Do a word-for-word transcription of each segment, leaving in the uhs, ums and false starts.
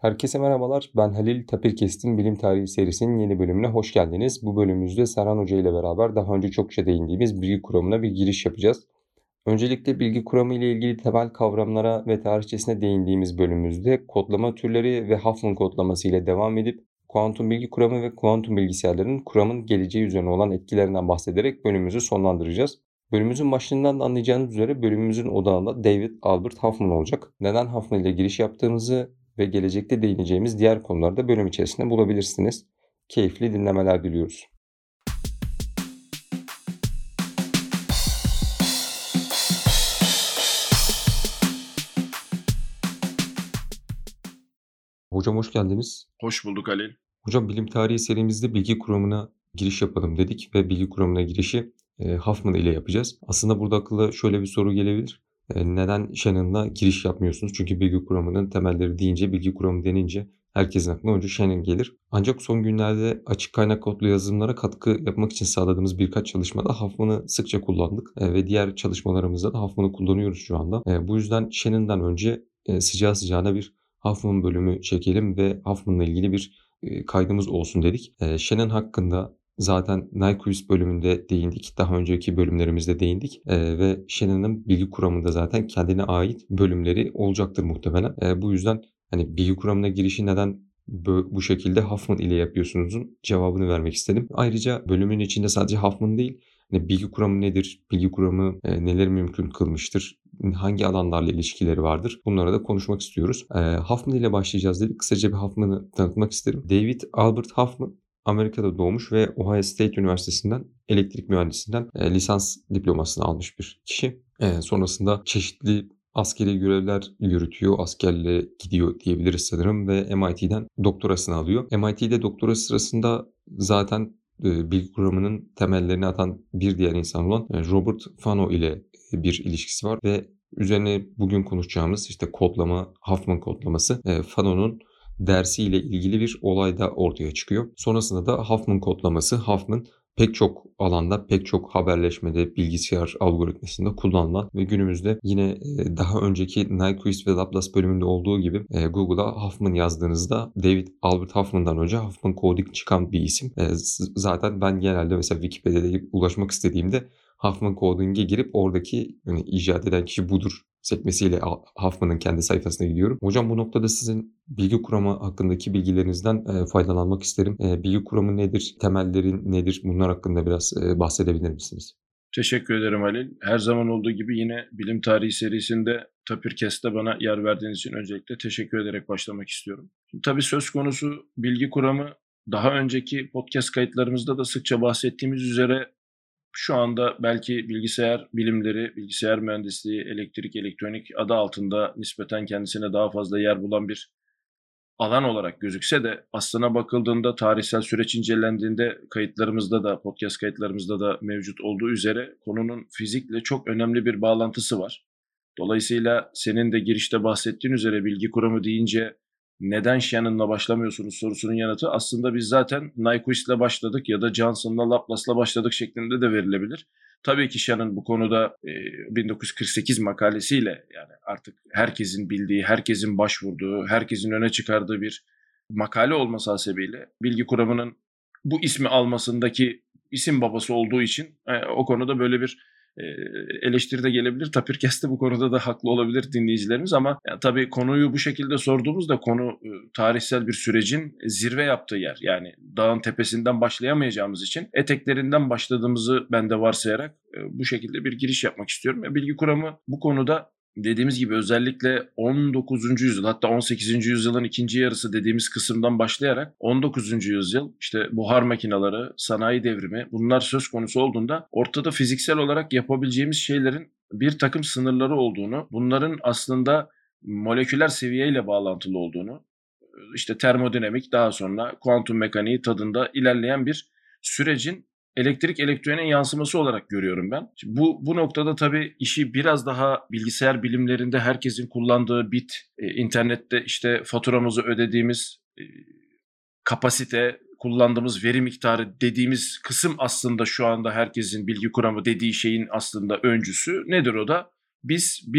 Herkese merhabalar. Ben Halil. Tapirkest'in Bilim Tarihi serisinin yeni bölümüne hoş geldiniz. Bu bölümümüzde Serhan Hoca ile beraber daha önce çokça değindiğimiz bilgi kuramına bir giriş yapacağız. Öncelikle bilgi kuramı ile ilgili temel kavramlara ve tarihçesine değindiğimiz bölümümüzde kodlama türleri ve Huffman kodlaması ile devam edip kuantum bilgi kuramı ve kuantum bilgisayarların kuramın geleceği üzerine olan etkilerinden bahsederek bölümümüzü sonlandıracağız. Bölümümüzün başlığından da anlayacağınız üzere bölümümüzün odağında David Albert Huffman olacak. Neden Huffman ile giriş yaptığımızı ve gelecekte değineceğimiz diğer konuları da bölüm içerisinde bulabilirsiniz. Keyifli dinlemeler diliyoruz. Hocam hoş geldiniz. Hoş bulduk Halil. Hocam bilim tarihi serimizde bilgi kuramına giriş yapalım dedik ve bilgi kuramına girişi e, Huffman ile yapacağız. Aslında burada akılda şöyle bir soru gelebilir. E, neden Shannon'la giriş yapmıyorsunuz? Çünkü bilgi kuramının temelleri deyince, bilgi kuramı denince herkesin aklına önce Shannon gelir. Ancak son günlerde açık kaynak kodlu yazılımlara katkı yapmak için sağladığımız birkaç çalışmada Huffman'ı sıkça kullandık. E, ve diğer çalışmalarımızda da Huffman'ı kullanıyoruz şu anda. E, bu yüzden Shannon'dan önce e, sıcağı sıcağına bir Huffman bölümü çekelim ve Huffman'la ilgili bir e, kaydımız olsun dedik. E, Shannon hakkında zaten Nyquist bölümünde değindik. Daha önceki bölümlerimizde değindik. E, ve Shannon'ın bilgi kuramında zaten kendine ait bölümleri olacaktır muhtemelen. E, bu yüzden hani bilgi kuramına girişi neden bu şekilde Huffman ile yapıyorsunuzun cevabını vermek istedim. Ayrıca bölümün içinde sadece Huffman değil, hani bilgi kuramı nedir, bilgi kuramı e, neler mümkün kılmıştır, hangi alanlarla ilişkileri vardır, bunlara da konuşmak istiyoruz. E, Huffman ile başlayacağız dedik. Kısaca bir Huffman'ı tanıtmak isterim. David Albert Huffman Amerika'da doğmuş ve Ohio State Üniversitesi'nden elektrik mühendisinden e, lisans diplomasını almış bir kişi. E, sonrasında çeşitli askeri görevler yürütüyor, askerliğe gidiyor diyebiliriz sanırım ve M I T'den doktorasını alıyor. M I T'de doktorası sırasında zaten e, bilgi kuramının temellerini atan bir diğer insan olan e, Robert Fano ile bir ilişkisi var ve üzerine bugün konuşacağımız işte kodlama, Huffman kodlaması, e, Fano'nun dersiyle ilgili bir olay da ortaya çıkıyor. Sonrasında da Huffman kodlaması, Huffman pek çok alanda, pek çok haberleşmede, bilgisayar algoritmasında kullanılan ve günümüzde yine daha önceki Nyquist ve Laplace bölümünde olduğu gibi Google'a Huffman yazdığınızda David Albert Huffman'dan önce Huffman Coding çıkan bir isim. Zaten ben genelde mesela Wikipedia'ya ulaşmak istediğimde Huffman Coding'e girip oradaki yani icat eden kişi budur sekmesiyle Huffman'ın kendi sayfasına gidiyorum. Hocam bu noktada sizin bilgi kuramı hakkındaki bilgilerinizden e, faydalanmak isterim. E, bilgi kuramı nedir, temelleri nedir, bunlar hakkında biraz e, bahsedebilir misiniz? Teşekkür ederim Halil. Her zaman olduğu gibi yine bilim tarihi serisinde Tapirkest'te bana yer verdiğiniz için öncelikle teşekkür ederek başlamak istiyorum. Şimdi, tabii söz konusu bilgi kuramı daha önceki podcast kayıtlarımızda da sıkça bahsettiğimiz üzere şu anda belki bilgisayar bilimleri, bilgisayar mühendisliği, elektrik, elektronik adı altında nispeten kendisine daha fazla yer bulan bir alan olarak gözükse de aslına bakıldığında tarihsel süreç incelendiğinde kayıtlarımızda da podcast kayıtlarımızda da mevcut olduğu üzere konunun fizikle çok önemli bir bağlantısı var. Dolayısıyla senin de girişte bahsettiğin üzere bilgi kuramı deyince neden Shannon'la başlamıyorsunuz sorusunun yanıtı aslında biz zaten Nyquist'le başladık ya da Johnson'la Laplace'la başladık şeklinde de verilebilir. Tabii ki Shannon bu konuda e, bin dokuz yüz kırk sekiz makalesiyle yani artık herkesin bildiği, herkesin başvurduğu, herkesin öne çıkardığı bir makale olması hasebiyle bilgi kuramının bu ismi almasındaki isim babası olduğu için e, o konuda böyle bir e, eleştiri de gelebilir. Tapirkest'te bu konuda da haklı olabilir dinleyicilerimiz ama yani tabii konuyu bu şekilde sorduğumuzda konu e, tarihsel bir sürecin zirve yaptığı yer. Yani dağın tepesinden başlayamayacağımız için eteklerinden başladığımızı ben de varsayarak e, bu şekilde bir giriş yapmak istiyorum. E, bilgi kuramı bu konuda dediğimiz gibi özellikle on dokuzuncu yüzyıl hatta on sekizinci yüzyılın ikinci yarısı dediğimiz kısımdan başlayarak on dokuzuncu yüzyıl işte buhar makineleri, sanayi devrimi bunlar söz konusu olduğunda ortada fiziksel olarak yapabileceğimiz şeylerin bir takım sınırları olduğunu, bunların aslında moleküler seviyeyle bağlantılı olduğunu, işte termodinamik daha sonra kuantum mekaniği tadında ilerleyen bir sürecin elektrik elektroniğin yansıması olarak görüyorum ben. Şimdi bu bu noktada tabii işi biraz daha bilgisayar bilimlerinde herkesin kullandığı bit, e, internette işte faturamızı ödediğimiz e, kapasite, kullandığımız veri miktarı dediğimiz kısım aslında şu anda herkesin bilgi kuramı dediği şeyin aslında öncüsü. Nedir o da? Biz bir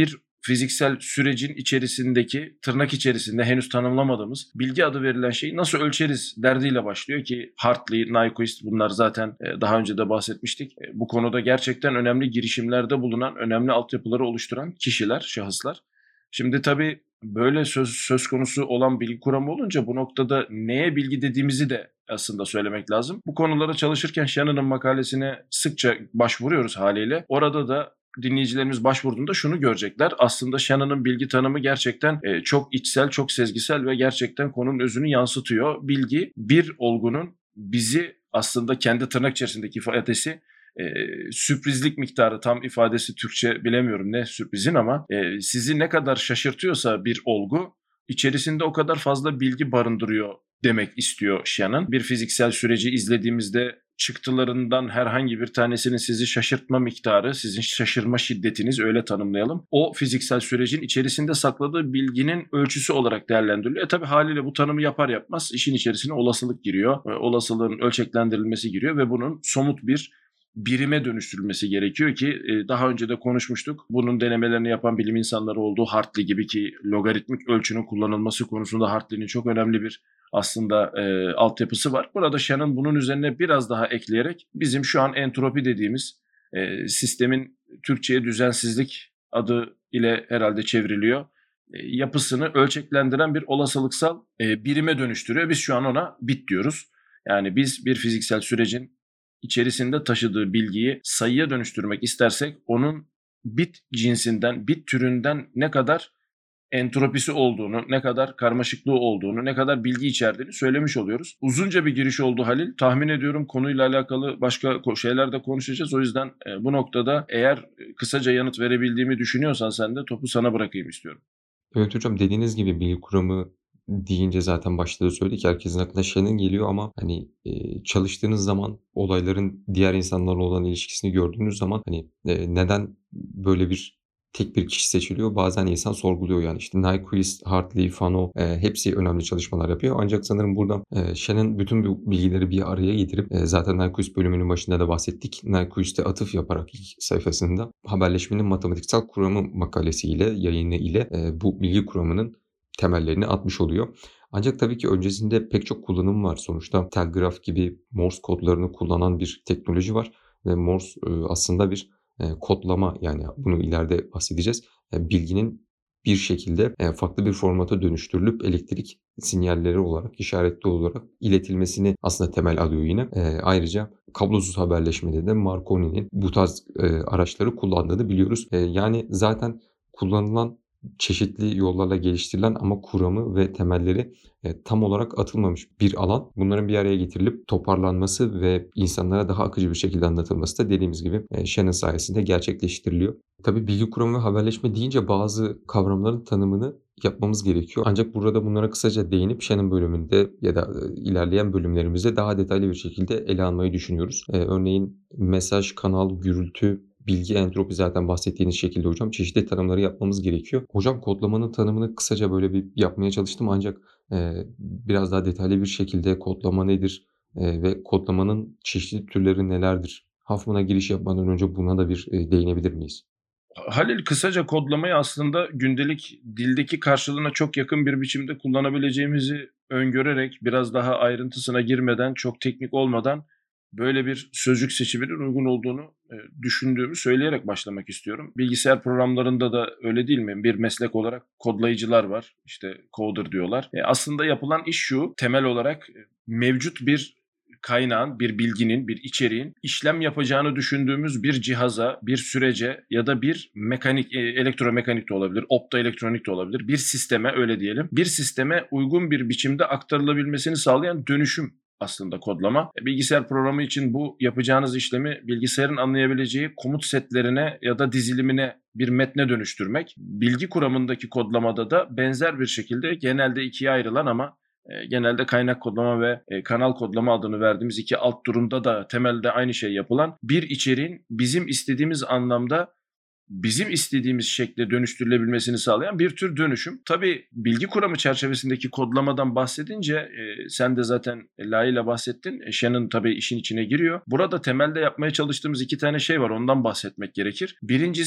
fiziksel sürecin içerisindeki, tırnak içerisinde henüz tanımlamadığımız bilgi adı verilen şeyi nasıl ölçeriz derdiyle başlıyor ki Hartley, Nyquist bunlar zaten e, daha önce de bahsetmiştik. E, bu konuda gerçekten önemli girişimlerde bulunan, önemli altyapıları oluşturan kişiler, şahıslar. Şimdi tabii böyle söz, söz konusu olan bilgi kuramı olunca bu noktada neye bilgi dediğimizi de aslında söylemek lazım. Bu konulara çalışırken Shannon'ın makalesine sıkça başvuruyoruz haliyle. Orada da dinleyicilerimiz başvurduğunda şunu görecekler. Aslında Shannon'ın bilgi tanımı gerçekten e, çok içsel, çok sezgisel ve gerçekten konunun özünü yansıtıyor. Bilgi bir olgunun bizi aslında kendi tırnak içerisindeki ifadesi e, sürprizlik miktarı, tam ifadesi Türkçe bilemiyorum ne sürprizin ama e, sizi ne kadar şaşırtıyorsa bir olgu içerisinde o kadar fazla bilgi barındırıyor demek istiyor Shannon. Bir fiziksel süreci izlediğimizde çıktılarından herhangi bir tanesinin sizi şaşırtma miktarı, sizin şaşırma şiddetiniz öyle tanımlayalım. O fiziksel sürecin içerisinde sakladığı bilginin ölçüsü olarak değerlendiriliyor. E tabii haliyle bu tanımı yapar yapmaz işin içerisine olasılık giriyor. E, olasılığın ölçeklendirilmesi giriyor ve bunun somut bir birime dönüştürülmesi gerekiyor ki e, daha önce de konuşmuştuk. Bunun denemelerini yapan bilim insanları olduğu Hartley gibi ki logaritmik ölçünün kullanılması konusunda Hartley'nin çok önemli bir aslında e, altyapısı var. Burada Shannon bunun üzerine biraz daha ekleyerek bizim şu an entropi dediğimiz e, sistemin Türkçe'ye düzensizlik adı ile herhalde çevriliyor. E, yapısını ölçeklendiren bir olasılıksal e, birime dönüştürüyor. Biz şu an ona bit diyoruz. Yani biz bir fiziksel sürecin içerisinde taşıdığı bilgiyi sayıya dönüştürmek istersek onun bit cinsinden, bit türünden ne kadar entropisi olduğunu, ne kadar karmaşıklığı olduğunu, ne kadar bilgi içerdiğini söylemiş oluyoruz. Uzunca bir giriş oldu Halil. Tahmin ediyorum konuyla alakalı başka şeyler de konuşacağız. O yüzden bu noktada eğer kısaca yanıt verebildiğimi düşünüyorsan sen de topu sana bırakayım istiyorum. Evet hocam, dediğiniz gibi bilgi kuramı deyince zaten başta da söyledik. Herkesin aklına Shannon geliyor ama hani e, çalıştığınız zaman olayların diğer insanlarla olan ilişkisini gördüğünüz zaman hani e, neden böyle bir tek bir kişi seçiliyor? Bazen insan sorguluyor yani. İşte Nyquist, Hartley, Fano e, hepsi önemli çalışmalar yapıyor. Ancak sanırım burada e, Shannon bütün bu bilgileri bir araya getirip e, zaten Nyquist bölümünün başında da bahsettik. Nyquist'e atıf yaparak ilk sayfasında haberleşmenin matematiksel kuramı makalesiyle, yayını ile e, bu bilgi kuramının temellerini atmış oluyor. Ancak tabii ki öncesinde pek çok kullanım var. Sonuçta telgraf gibi Morse kodlarını kullanan bir teknoloji var ve Morse e, aslında bir e, kodlama, yani bunu ileride bahsedeceğiz. E, bilginin bir şekilde e, farklı bir formata dönüştürülüp elektrik sinyalleri olarak, işaretli olarak iletilmesini aslında temel alıyor yine. E, ayrıca kablosuz haberleşmede de Marconi'nin bu tarz e, araçları kullandığını biliyoruz. E, yani zaten kullanılan çeşitli yollarla geliştirilen ama kuramı ve temelleri e, tam olarak atılmamış bir alan. Bunların bir araya getirilip toparlanması ve insanlara daha akıcı bir şekilde anlatılması da dediğimiz gibi e, Shannon sayesinde gerçekleştiriliyor. Tabii bilgi kuramı ve haberleşme deyince bazı kavramların tanımını yapmamız gerekiyor. Ancak burada bunlara kısaca değinip Shannon bölümünde ya da e, ilerleyen bölümlerimizde daha detaylı bir şekilde ele almayı düşünüyoruz. E, örneğin mesaj, kanal, gürültü, bilgi, entropi zaten bahsettiğiniz şekilde hocam çeşitli tanımları yapmamız gerekiyor. Hocam kodlamanın tanımını kısaca böyle bir yapmaya çalıştım ancak e, biraz daha detaylı bir şekilde kodlama nedir e, ve kodlamanın çeşitli türleri nelerdir? Huffman'a giriş yapmadan önce buna da bir e, değinebilir miyiz? Halil, kısaca kodlamayı aslında gündelik dildeki karşılığına çok yakın bir biçimde kullanabileceğimizi öngörerek biraz daha ayrıntısına girmeden, çok teknik olmadan böyle bir sözcük seçiminin uygun olduğunu e, düşündüğümü söyleyerek başlamak istiyorum. Bilgisayar programlarında da öyle değil mi? Bir meslek olarak kodlayıcılar var. İşte coder diyorlar. E, aslında yapılan iş şu: temel olarak e, mevcut bir kaynağın, bir bilginin, bir içeriğin işlem yapacağını düşündüğümüz bir cihaza, bir sürece ya da bir mekanik, e, elektromekanik de olabilir, optoelektronik de olabilir, bir sisteme, öyle diyelim, bir sisteme uygun bir biçimde aktarılabilmesini sağlayan dönüşüm aslında kodlama. E, Bilgisayar programı için bu yapacağınız işlemi bilgisayarın anlayabileceği komut setlerine ya da dizilimine, bir metne dönüştürmek. Bilgi kuramındaki kodlamada da benzer bir şekilde genelde ikiye ayrılan ama e, genelde kaynak kodlama ve e, kanal kodlama adını verdiğimiz iki alt durumda da temelde aynı şey yapılan bir içeriğin bizim istediğimiz anlamda, bizim istediğimiz şekle dönüştürülebilmesini sağlayan bir tür dönüşüm. Tabii bilgi kuramı çerçevesindeki kodlamadan bahsedince e, sen de zaten layığıyla bahsettin. E, Shannon tabii işin içine giriyor. Burada temelde yapmaya çalıştığımız iki tane şey var. Ondan bahsetmek gerekir. Birincisi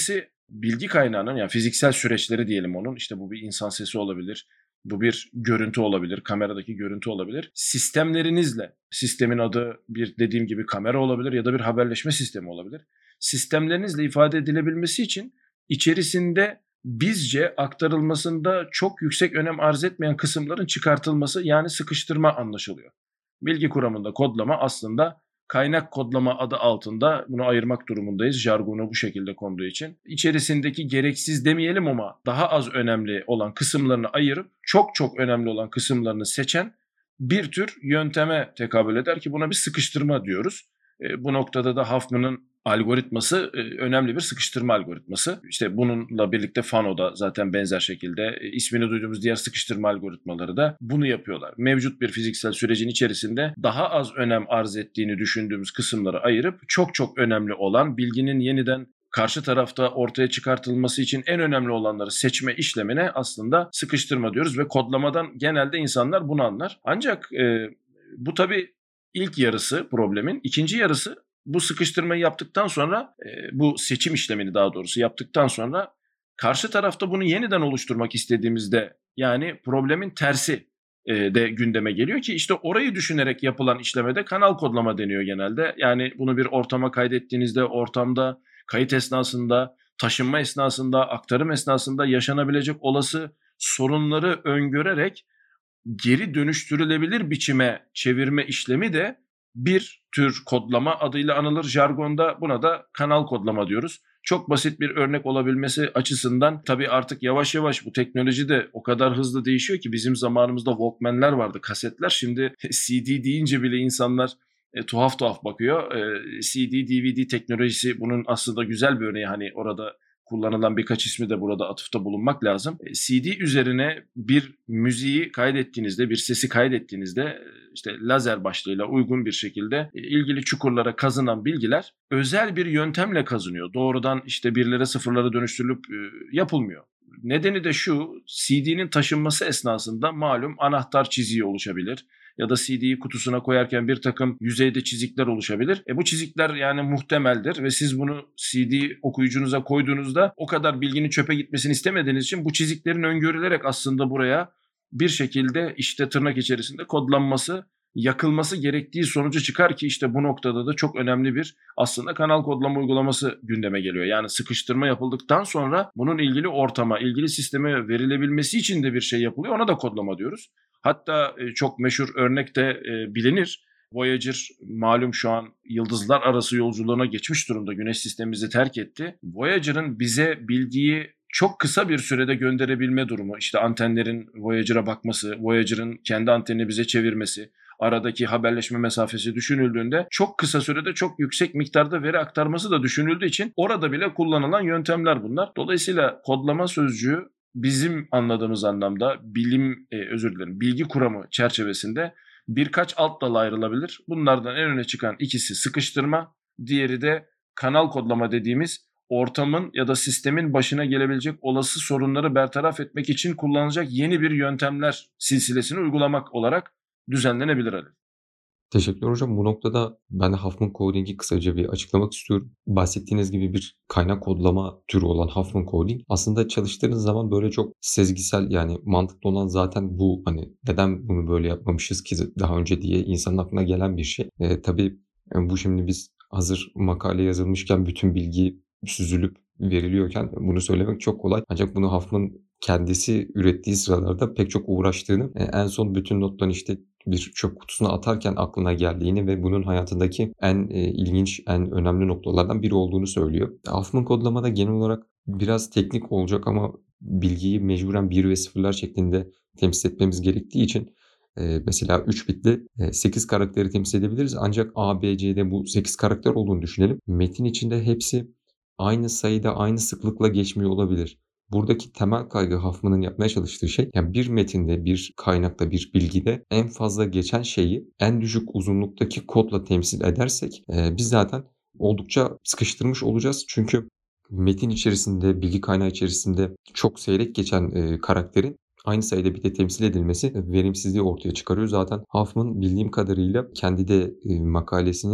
bilgi kaynağının, yani fiziksel süreçleri diyelim onun, işte bu bir insan sesi olabilir, bu bir görüntü olabilir, kameradaki görüntü olabilir. Sistemlerinizle, sistemin adı bir dediğim gibi kamera olabilir ya da bir haberleşme sistemi olabilir. Sistemlerinizle ifade edilebilmesi için içerisinde bizce aktarılmasında çok yüksek önem arz etmeyen kısımların çıkartılması, yani sıkıştırma anlaşılıyor. Bilgi kuramında kodlama aslında kaynak kodlama adı altında bunu ayırmak durumundayız. Jargonu bu şekilde konduğu için. İçerisindeki gereksiz demeyelim ama daha az önemli olan kısımlarını ayırıp çok çok önemli olan kısımlarını seçen bir tür yönteme tekabül eder ki buna bir sıkıştırma diyoruz. E, bu noktada da Huffman'ın algoritması e, önemli bir sıkıştırma algoritması. İşte bununla birlikte Fano da zaten benzer şekilde e, ismini duyduğumuz diğer sıkıştırma algoritmaları da bunu yapıyorlar. Mevcut bir fiziksel sürecin içerisinde daha az önem arz ettiğini düşündüğümüz kısımları ayırıp çok çok önemli olan, bilginin yeniden karşı tarafta ortaya çıkartılması için en önemli olanları seçme işlemine aslında sıkıştırma diyoruz ve kodlamadan genelde insanlar bunu anlar. Ancak e, bu tabii ilk yarısı problemin. İkinci yarısı, bu sıkıştırmayı yaptıktan sonra, e, bu seçim işlemini daha doğrusu yaptıktan sonra karşı tarafta bunu yeniden oluşturmak istediğimizde, yani problemin tersi e, de gündeme geliyor ki işte orayı düşünerek yapılan işleme de kanal kodlama deniyor genelde. Yani bunu bir ortama kaydettiğinizde, ortamda, kayıt esnasında, taşınma esnasında, aktarım esnasında yaşanabilecek olası sorunları öngörerek geri dönüştürülebilir biçime çevirme işlemi de bir tür kodlama adıyla anılır jargonda. Buna da kanal kodlama diyoruz. Çok basit bir örnek olabilmesi açısından tabii artık yavaş yavaş bu teknoloji de o kadar hızlı değişiyor ki bizim zamanımızda Walkman'ler vardı, kasetler. Şimdi C D deyince bile insanlar e, tuhaf tuhaf bakıyor. E, C D, D V D teknolojisi bunun aslında güzel bir örneği. Hani orada kullanılan birkaç ismi de burada atıfta bulunmak lazım. C D üzerine bir müziği kaydettiğinizde, bir sesi kaydettiğinizde işte lazer başlığıyla uygun bir şekilde ilgili çukurlara kazınan bilgiler özel bir yöntemle kazınıyor. Doğrudan işte birlere sıfırlara dönüştürülüp yapılmıyor. Nedeni de şu: C D'nin taşınması esnasında malum anahtar çiziği oluşabilir ya da C D'yi kutusuna koyarken bir takım yüzeyde çizikler oluşabilir. E bu çizikler yani muhtemeldir ve siz bunu C D okuyucunuza koyduğunuzda o kadar bilginin çöpe gitmesini istemediğiniz için bu çiziklerin öngörülerek aslında buraya bir şekilde işte tırnak içerisinde kodlanması, yakılması gerektiği sonucu çıkar ki işte bu noktada da çok önemli bir aslında kanal kodlama uygulaması gündeme geliyor. Yani sıkıştırma yapıldıktan sonra bunun ilgili ortama, ilgili sisteme verilebilmesi için de bir şey yapılıyor. Ona da kodlama diyoruz. Hatta çok meşhur örnek de bilinir. Voyager malum şu an yıldızlar arası yolculuğuna geçmiş durumda. Güneş sistemimizi terk etti. Voyager'ın bize bilgiyi çok kısa bir sürede gönderebilme durumu, işte antenlerin Voyager'a bakması, Voyager'ın kendi antenini bize çevirmesi, aradaki haberleşme mesafesi düşünüldüğünde çok kısa sürede çok yüksek miktarda veri aktarması da düşünüldüğü için orada bile kullanılan yöntemler bunlar. Dolayısıyla kodlama sözcüğü bizim anladığımız anlamda bilim, e, özür dilerim, bilgi kuramı çerçevesinde birkaç alt dala ayrılabilir. Bunlardan en öne çıkan ikisi sıkıştırma, diğeri de kanal kodlama dediğimiz ortamın ya da sistemin başına gelebilecek olası sorunları bertaraf etmek için kullanılacak yeni bir yöntemler silsilesini uygulamak olarak düzenlenebilir Ali. Teşekkürler hocam. Bu noktada ben de Huffman Coding'i kısaca bir açıklamak istiyorum. Bahsettiğiniz gibi bir kaynak kodlama türü olan Huffman Coding aslında çalıştığınız zaman böyle çok sezgisel, yani mantıklı olan zaten bu, hani neden bunu böyle yapmamışız ki daha önce diye insanın aklına gelen bir şey. E, tabii e, bu şimdi biz hazır makale yazılmışken bütün bilgi süzülüp veriliyorken bunu söylemek çok kolay. Ancak bunu Huffman kendisi ürettiği sıralarda pek çok uğraştığını, e, en son bütün notlarını işte bir çöp kutusuna atarken aklına geldiğini ve bunun hayatındaki en e, ilginç, en önemli noktalardan biri olduğunu söylüyor. Huffman kodlamada genel olarak biraz teknik olacak ama bilgiyi mecburen bir ve sıfırlar şeklinde temsil etmemiz gerektiği için e, mesela üç bitli e, sekiz karakteri temsil edebiliriz. Ancak A, B, C'de bu sekiz karakter olduğunu düşünelim. Metin içinde hepsi aynı sayıda, aynı sıklıkla geçmiyor olabilir. Buradaki temel kaygı Huffman'ın yapmaya çalıştığı şey, yani bir metinde, bir kaynakta, bir bilgide en fazla geçen şeyi en düşük uzunluktaki kodla temsil edersek e, biz zaten oldukça sıkıştırmış olacağız. Çünkü metin içerisinde, bilgi kaynağı içerisinde çok seyrek geçen e, karakterin aynı sayıda bir de temsil edilmesi verimsizliği ortaya çıkarıyor. Zaten Huffman bildiğim kadarıyla kendi de e, makalesinin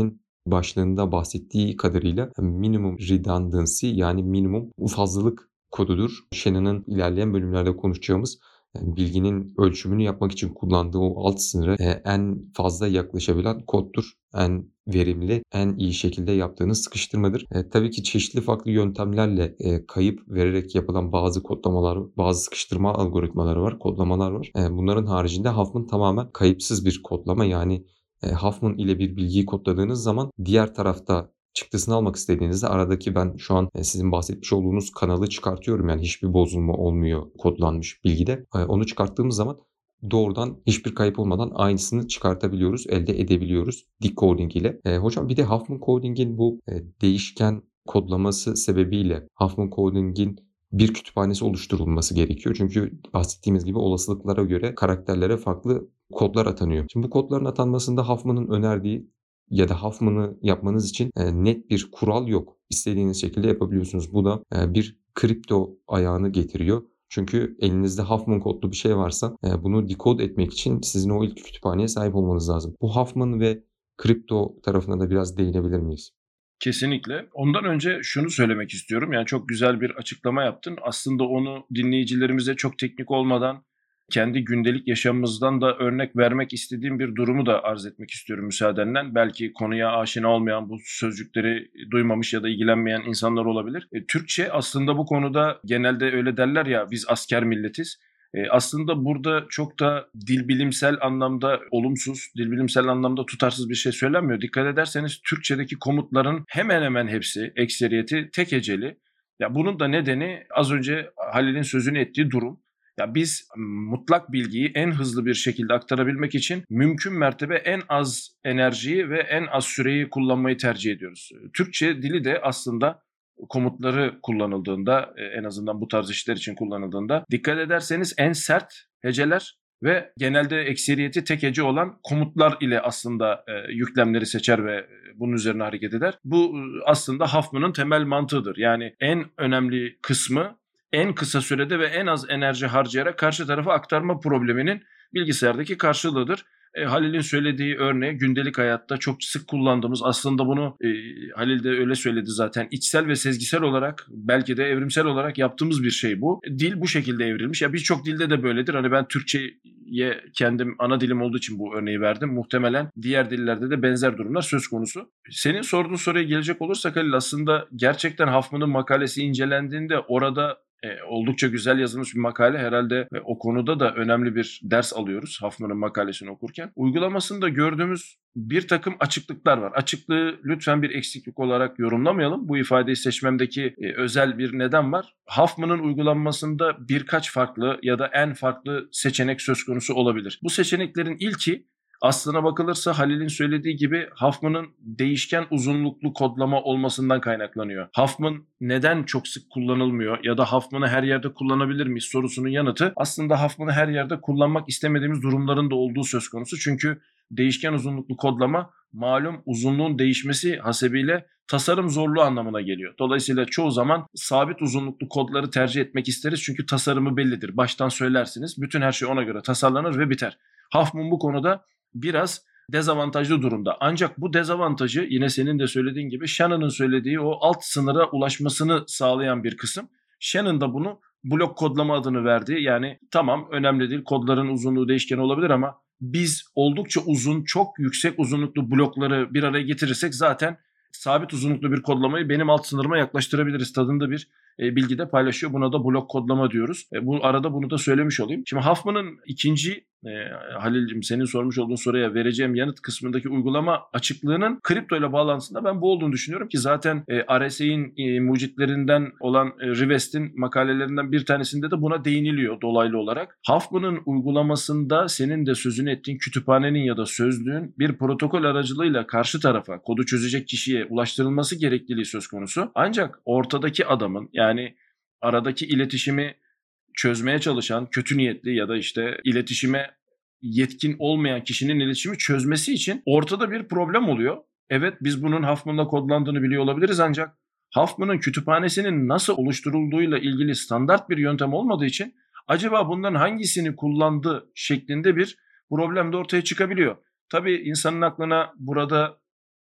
başlığında bahsettiği kadarıyla minimum redundancy yani minimum fazlalık kodudur. Shannon'ın ilerleyen bölümlerde konuşacağımız e, bilginin ölçümünü yapmak için kullandığı o alt sınıra e, en fazla yaklaşabilen koddur. En verimli, en iyi şekilde yaptığınız sıkıştırmadır. E, tabii ki çeşitli farklı yöntemlerle e, kayıp vererek yapılan bazı kodlamalar, bazı sıkıştırma algoritmaları var, kodlamalar var. E, bunların haricinde Huffman tamamen kayıpsız bir kodlama. Yani e, Huffman ile bir bilgiyi kodladığınız zaman diğer tarafta çıktısını almak istediğinizde aradaki ben şu an e, sizin bahsetmiş olduğunuz kanalı çıkartıyorum. Yani hiçbir bozulma olmuyor kodlanmış bilgide. E, onu çıkarttığımız zaman doğrudan hiçbir kayıp olmadan aynısını çıkartabiliyoruz, elde edebiliyoruz decoding ile. E, hocam bir de Huffman Coding'in bu e, değişken kodlaması sebebiyle Huffman Coding'in bir kütüphanesi oluşturulması gerekiyor. Çünkü bahsettiğimiz gibi olasılıklara göre karakterlere farklı kodlar atanıyor. Şimdi bu kodların atanmasında Huffman'ın önerdiği ya da Huffman'ı yapmanız için e, net bir kural yok. İstediğiniz şekilde yapabiliyorsunuz. Bu da e, bir kripto ayağını getiriyor. Çünkü elinizde Huffman kodlu bir şey varsa e, bunu decode etmek için sizin o ilk kütüphaneye sahip olmanız lazım. Bu Huffman ve kripto tarafına da biraz değinebilir miyiz? Kesinlikle. Ondan önce şunu söylemek istiyorum. Yani çok güzel bir açıklama yaptın. Aslında onu dinleyicilerimize çok teknik olmadan kendi gündelik yaşamımızdan da örnek vermek istediğim bir durumu da arz etmek istiyorum müsaadenle. Belki konuya aşina olmayan, bu sözcükleri duymamış ya da ilgilenmeyen insanlar olabilir. E, Türkçe aslında bu konuda genelde öyle derler ya, biz asker milletiz. E, aslında burada çok da dil bilimsel anlamda olumsuz, dil bilimsel anlamda tutarsız bir şey söylenmiyor. Dikkat ederseniz Türkçedeki komutların hemen hemen hepsi, ekseriyeti tek heceli. Ya bunun da nedeni az önce Halil'in sözünü ettiği durum. Ya biz mutlak bilgiyi en hızlı bir şekilde aktarabilmek için mümkün mertebe en az enerjiyi ve en az süreyi kullanmayı tercih ediyoruz. Türkçe dili de aslında komutları kullanıldığında, e, en azından bu tarz işler için kullanıldığında dikkat ederseniz en sert heceler ve genelde ekseriyeti tek hece olan komutlar ile aslında e, yüklemleri seçer ve bunun üzerine hareket eder. Bu e, aslında Huffman'ın temel mantığıdır. Yani en önemli kısmı en kısa sürede ve en az enerji harcayarak karşı tarafa aktarma probleminin bilgisayardaki karşılığıdır. E, Halil'in söylediği örneği gündelik hayatta çok sık kullandığımız, aslında bunu e, Halil de öyle söyledi zaten, içsel ve sezgisel olarak belki de evrimsel olarak yaptığımız bir şey bu. Dil bu şekilde evrilmiş. Ya birçok dilde de böyledir. Hani ben Türkçe'ye kendim ana dilim olduğu için bu örneği verdim. Muhtemelen diğer dillerde de benzer durumlar söz konusu. Senin sorduğun soruya gelecek olursak Halil, aslında gerçekten Huffman'ın makalesi incelendiğinde orada e, oldukça güzel yazılmış bir makale. Herhalde ve o konuda da önemli bir ders alıyoruz Huffman'ın makalesini okurken. Uygulamasında gördüğümüz bir takım açıklıklar var. Açıklığı lütfen bir eksiklik olarak yorumlamayalım. Bu ifadeyi seçmemdeki e, özel bir neden var. Huffman'ın uygulanmasında birkaç farklı ya da en farklı seçenek söz konusu olabilir. Bu seçeneklerin ilki, aslına bakılırsa Halil'in söylediği gibi, Huffman'ın değişken uzunluklu kodlama olmasından kaynaklanıyor. Huffman neden çok sık kullanılmıyor ya da Huffman'ı her yerde kullanabilir miyiz sorusunun yanıtı, aslında Huffman'ı her yerde kullanmak istemediğimiz durumların da olduğu söz konusu. Çünkü değişken uzunluklu kodlama malum uzunluğun değişmesi hasebiyle tasarım zorluğu anlamına geliyor. Dolayısıyla çoğu zaman sabit uzunluklu kodları tercih etmek isteriz çünkü tasarımı bellidir. Baştan söylersiniz, bütün her şey ona göre tasarlanır ve biter. Huffman bu konuda biraz dezavantajlı durumda. Ancak bu dezavantajı yine senin de söylediğin gibi Shannon'ın söylediği o alt sınıra ulaşmasını sağlayan bir kısım. Shannon da bunu blok kodlama adını verdi. Yani tamam, önemli değil, kodların uzunluğu değişken olabilir ama biz oldukça uzun, çok yüksek uzunluklu blokları bir araya getirirsek zaten sabit uzunluklu bir kodlamayı benim alt sınırıma yaklaştırabiliriz tadında bir e, bilgi de paylaşıyor. Buna da blok kodlama diyoruz. E, bu arada bunu da söylemiş olayım. Şimdi Huffman'ın ikinci e, Halil'cim senin sormuş olduğun soruya vereceğim yanıt kısmındaki uygulama açıklığının kripto ile bağlantısında ben bu olduğunu düşünüyorum ki zaten e, R S A'in e, mucitlerinden olan e, Rivest'in makalelerinden bir tanesinde de buna değiniliyor dolaylı olarak. Huffman'ın uygulamasında senin de sözünü ettiğin kütüphanenin ya da sözlüğün bir protokol aracılığıyla karşı tarafa, kodu çözecek kişiye ulaştırılması gerekliliği söz konusu. Ancak ortadaki adamın, yani aradaki iletişimi çözmeye çalışan kötü niyetli ya da işte iletişime yetkin olmayan kişinin iletişimi çözmesi için ortada bir problem oluyor. Evet, biz bunun Huffman'la kodlandığını biliyor olabiliriz ancak Huffman'ın kütüphanesinin nasıl oluşturulduğuyla ilgili standart bir yöntem olmadığı için acaba bunların hangisini kullandı şeklinde bir problem de ortaya çıkabiliyor. Tabii insanın aklına burada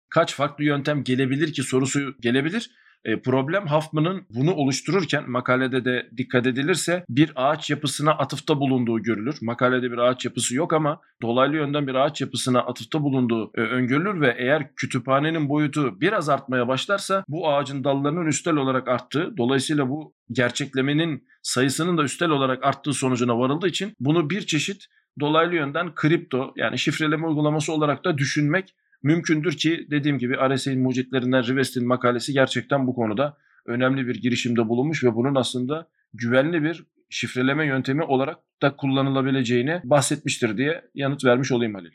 kaç farklı yöntem gelebilir ki sorusu gelebilir. E, problem Huffman'ın bunu oluştururken makalede de dikkat edilirse bir ağaç yapısına atıfta bulunduğu görülür. Makalede bir ağaç yapısı yok ama dolaylı yönden bir ağaç yapısına atıfta bulunduğu e, öngörülür ve eğer kütüphanenin boyutu biraz artmaya başlarsa bu ağacın dallarının üstel olarak arttığı, dolayısıyla bu gerçeklemenin sayısının da üstel olarak arttığı sonucuna varıldığı için bunu bir çeşit dolaylı yönden kripto, yani şifreleme uygulaması olarak da düşünmek mümkündür ki dediğim gibi R S A'nin mucitlerinden Rivest'in makalesi gerçekten bu konuda önemli bir girişimde bulunmuş ve bunun aslında güvenli bir şifreleme yöntemi olarak da kullanılabileceğini bahsetmiştir diye yanıt vermiş olayım Halil.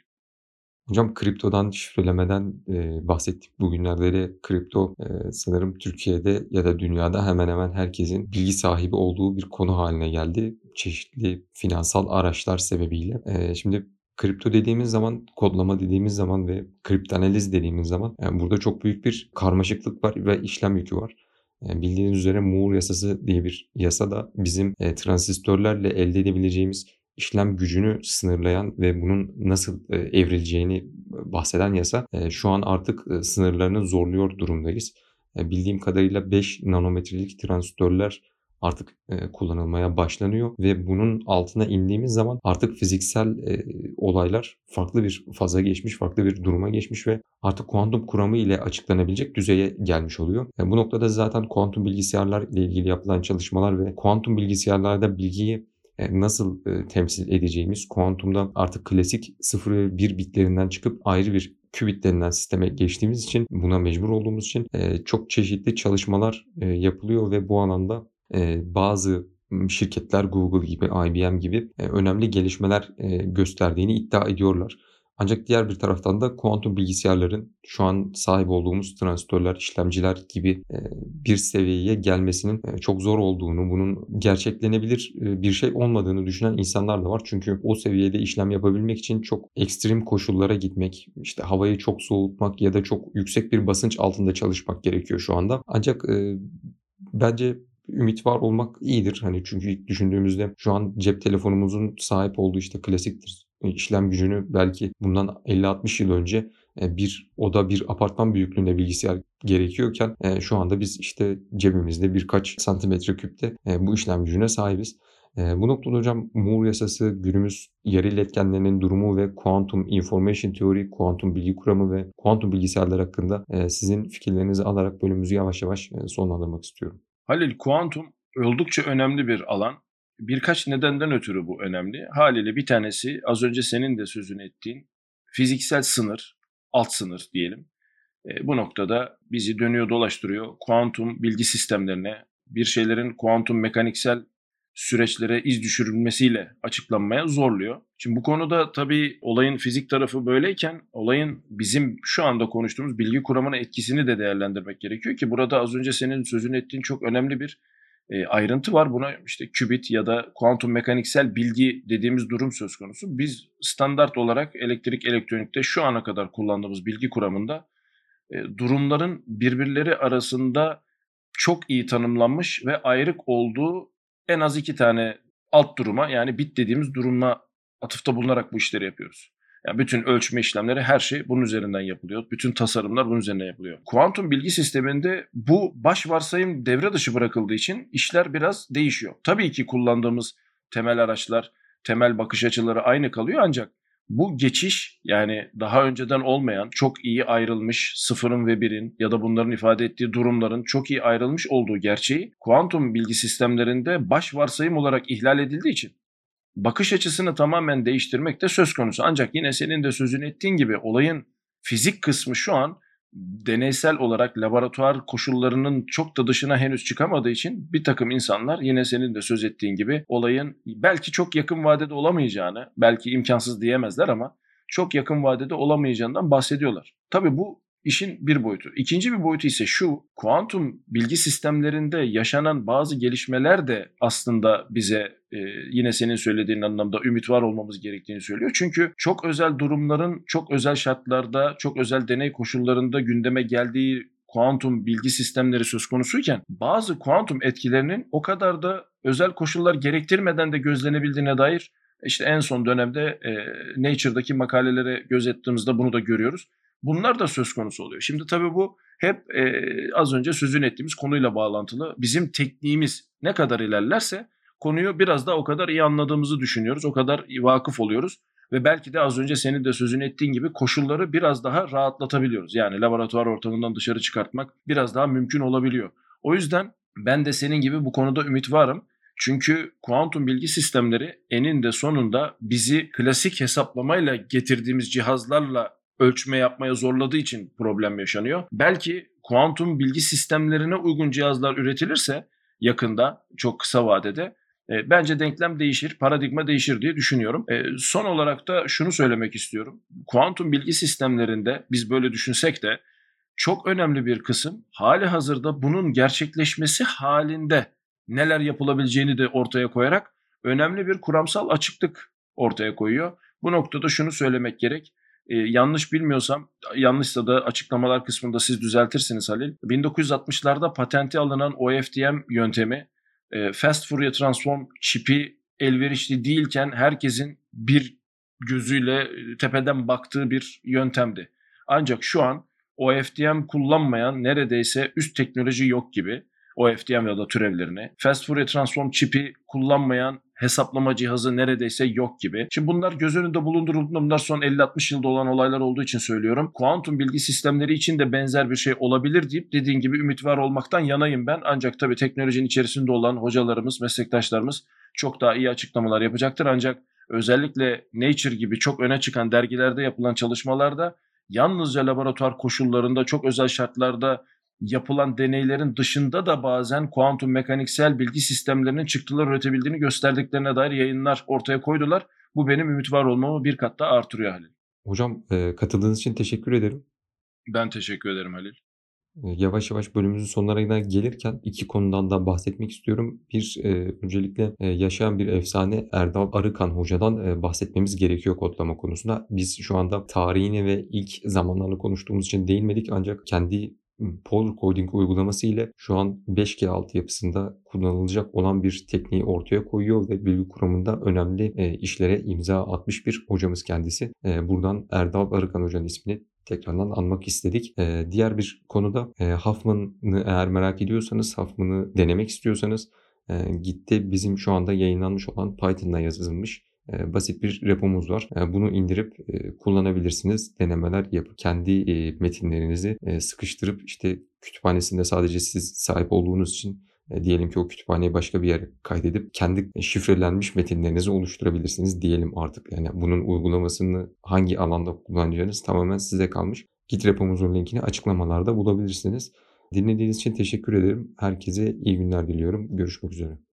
Hocam kriptodan, şifrelemeden e, bahsettik. Bugünlerde de kripto e, sanırım Türkiye'de ya da dünyada hemen hemen herkesin bilgi sahibi olduğu bir konu haline geldi. Çeşitli finansal araçlar sebebiyle. E, şimdi kripto dediğimiz zaman, kodlama dediğimiz zaman ve kriptanaliz dediğimiz zaman yani burada çok büyük bir karmaşıklık var ve işlem yükü var. E, bildiğiniz üzere Moore yasası diye bir yasa da bizim e, transistörlerle elde edebileceğimiz işlem gücünü sınırlayan ve bunun nasıl e, evrileceğini bahseden yasa e, şu an artık e, sınırlarını zorluyor durumdayız. E, bildiğim kadarıyla beş nanometrelik transistörler artık e, kullanılmaya başlanıyor ve bunun altına indiğimiz zaman artık fiziksel e, olaylar farklı bir faza geçmiş, farklı bir duruma geçmiş ve artık kuantum kuramı ile açıklanabilecek düzeye gelmiş oluyor. E, bu noktada zaten kuantum bilgisayarlar ile ilgili yapılan çalışmalar ve kuantum bilgisayarlarda bilgiyi e, nasıl e, temsil edeceğimiz, kuantumda artık klasik sıfır ve bir bitlerinden çıkıp ayrı bir qubit denilen sisteme geçtiğimiz için, buna mecbur olduğumuz için e, çok çeşitli çalışmalar e, yapılıyor ve bu alanda e, bazı şirketler Google gibi, I B M gibi e, önemli gelişmeler e, gösterdiğini iddia ediyorlar. Ancak diğer bir taraftan da kuantum bilgisayarların şu an sahip olduğumuz transistörler, işlemciler gibi e, bir seviyeye gelmesinin e, çok zor olduğunu, bunun gerçeklenebilir e, bir şey olmadığını düşünen insanlar da var. Çünkü o seviyede işlem yapabilmek için çok ekstrem koşullara gitmek, işte havayı çok soğutmak ya da çok yüksek bir basınç altında çalışmak gerekiyor şu anda. Ancak e, bence ümit var olmak iyidir. Hani çünkü düşündüğümüzde şu an cep telefonumuzun sahip olduğu işte klasik işlem gücünü belki bundan elli altmış yıl önce e, bir oda, bir apartman büyüklüğünde bilgisayar gerekiyorken e, şu anda biz işte cebimizde birkaç santimetre küpte e, bu işlem gücüne sahibiz. E, bu noktada hocam Moore yasası, günümüz yarı iletkenlerinin durumu ve kuantum information theory, kuantum bilgi kuramı ve kuantum bilgisayarlar hakkında e, sizin fikirlerinizi alarak bölümümüzü yavaş yavaş e, sonlandırmak istiyorum. Halil, kuantum oldukça önemli bir alan. Birkaç nedenden ötürü bu önemli. Haliyle bir tanesi az önce senin de sözünü ettiğin fiziksel sınır, alt sınır diyelim. E, bu noktada bizi dönüyor dolaştırıyor. Kuantum bilgi sistemlerine, bir şeylerin kuantum mekaniksel süreçlere iz düşürülmesiyle açıklanmaya zorluyor. Şimdi bu konuda tabii olayın fizik tarafı böyleyken olayın bizim şu anda konuştuğumuz bilgi kuramına etkisini de değerlendirmek gerekiyor ki burada az önce senin sözünü ettiğin çok önemli bir e, ayrıntı var. Buna işte qubit ya da kuantum mekaniksel bilgi dediğimiz durum söz konusu. Biz standart olarak elektrik elektronikte şu ana kadar kullandığımız bilgi kuramında e, durumların birbirleri arasında çok iyi tanımlanmış ve ayrık olduğu en az iki tane alt duruma, yani bit dediğimiz duruma atıfta bulunarak bu işleri yapıyoruz. Yani bütün ölçme işlemleri, her şey bunun üzerinden yapılıyor. Bütün tasarımlar bunun üzerinden yapılıyor. Kuantum bilgi sisteminde bu baş varsayım devre dışı bırakıldığı için işler biraz değişiyor. Tabii ki kullandığımız temel araçlar, temel bakış açıları aynı kalıyor ancak bu geçiş, yani daha önceden olmayan, çok iyi ayrılmış sıfırın ve birin ya da bunların ifade ettiği durumların çok iyi ayrılmış olduğu gerçeği kuantum bilgi sistemlerinde baş varsayım olarak ihlal edildiği için bakış açısını tamamen değiştirmek de söz konusu. Ancak yine senin de sözünü ettiğin gibi olayın fizik kısmı şu an deneysel olarak laboratuvar koşullarının çok da dışına henüz çıkamadığı için bir takım insanlar yine senin de söz ettiğin gibi olayın belki çok yakın vadede olamayacağını, belki imkansız diyemezler ama çok yakın vadede olamayacağından bahsediyorlar. Tabii bu işin bir boyutu. İkinci bir boyutu ise şu: kuantum bilgi sistemlerinde yaşanan bazı gelişmeler de aslında bize e, yine senin söylediğin anlamda ümit var olmamız gerektiğini söylüyor. Çünkü çok özel durumların çok özel şartlarda, çok özel deney koşullarında gündeme geldiği kuantum bilgi sistemleri söz konusuyken bazı kuantum etkilerinin o kadar da özel koşullar gerektirmeden de gözlenebildiğine dair işte en son dönemde e, Nature'daki makalelere göz ettiğimizde bunu da görüyoruz. Bunlar da söz konusu oluyor. Şimdi tabii bu hep e, az önce sözünü ettiğimiz konuyla bağlantılı. Bizim tekniğimiz ne kadar ilerlerse konuyu biraz da o kadar iyi anladığımızı düşünüyoruz. O kadar vakıf oluyoruz. Ve belki de az önce senin de sözünü ettiğin gibi koşulları biraz daha rahatlatabiliyoruz. Yani laboratuvar ortamından dışarı çıkartmak biraz daha mümkün olabiliyor. O yüzden ben de senin gibi bu konuda ümit varım. Çünkü kuantum bilgi sistemleri eninde sonunda bizi klasik hesaplamayla getirdiğimiz cihazlarla ölçme yapmaya zorladığı için problem yaşanıyor. Belki kuantum bilgi sistemlerine uygun cihazlar üretilirse yakında, çok kısa vadede e, bence denklem değişir, paradigma değişir diye düşünüyorum. E, son olarak da şunu söylemek istiyorum. Kuantum bilgi sistemlerinde biz böyle düşünsek de çok önemli bir kısım hali hazırda bunun gerçekleşmesi halinde neler yapılabileceğini de ortaya koyarak önemli bir kuramsal açıklık ortaya koyuyor. Bu noktada şunu söylemek gerek. Ee, yanlış bilmiyorsam, yanlışsa da açıklamalar kısmında siz düzeltirsiniz Halil. bin dokuz yüz altmışlarda patenti alınan O F D M yöntemi e, Fast Fourier Transform çipi elverişli değilken herkesin bir gözüyle e, tepeden baktığı bir yöntemdi. Ancak şu an O F D M kullanmayan neredeyse üst teknoloji yok gibi. O F D M ya da türevlerini. Fast Fourier Transform çipi kullanmayan hesaplama cihazı neredeyse yok gibi. Şimdi bunlar göz önünde bulundurulduğunda bunlar son elli altmış yılda olan olaylar olduğu için söylüyorum. Kuantum bilgi sistemleri için de benzer bir şey olabilir deyip dediğin gibi ümit var olmaktan yanayım ben. Ancak tabii teknolojinin içerisinde olan hocalarımız, meslektaşlarımız çok daha iyi açıklamalar yapacaktır. Ancak özellikle Nature gibi çok öne çıkan dergilerde yapılan çalışmalarda yalnızca laboratuvar koşullarında çok özel şartlarda yapılan deneylerin dışında da bazen kuantum mekaniksel bilgi sistemlerinin çıktılar üretebildiğini gösterdiklerine dair yayınlar ortaya koydular. Bu benim ümit var olmamı bir kat daha artırıyor Halil. Hocam, eee, katıldığınız için teşekkür ederim. Ben teşekkür ederim Halil. Eee, yavaş yavaş bölümümüzün sonlarına gelirken iki konudan da bahsetmek istiyorum. Bir, eee, öncelikle, eee, yaşayan bir efsane Erdal Arıkan Hoca'dan, eee, bahsetmemiz gerekiyor kodlama konusunda. Biz şu anda tarihini ve ilk zamanlarını konuştuğumuz için değinmedik ancak kendi, ımm, Polar Coding uygulaması ile şu an beş G altyapısında kullanılacak olan bir tekniği ortaya koyuyor ve bilgi kuramında önemli, eee, işlere imza atmış bir hocamız kendisi. Eee, buradan Erdal Arıkan Hoca'nın ismini tekrardan anmak istedik. Eee, diğer bir konuda, eee, Huffman'ı eğer merak ediyorsanız, Huffman'ı denemek istiyorsanız, eee, Git'te bizim şu anda yayınlanmış olan Python'la yazılmış, eee, basit bir repomuz var. Eee, bunu indirip, eee, kullanabilirsiniz. Denemeler yapıp kendi, eee, metinlerinizi, eee, sıkıştırıp, işte, kütüphanesinde sadece siz sahip olduğunuz için, eee, diyelim ki o kütüphaneyi başka bir yere kaydedip kendi şifrelenmiş metinlerinizi oluşturabilirsiniz diyelim artık. Yani bunun uygulamasını hangi alanda kullanacağınız tamamen size kalmış. Git repomuzun linkini açıklamalarda bulabilirsiniz. Dinlediğiniz için teşekkür ederim. Herkese iyi günler diliyorum. Görüşmek üzere.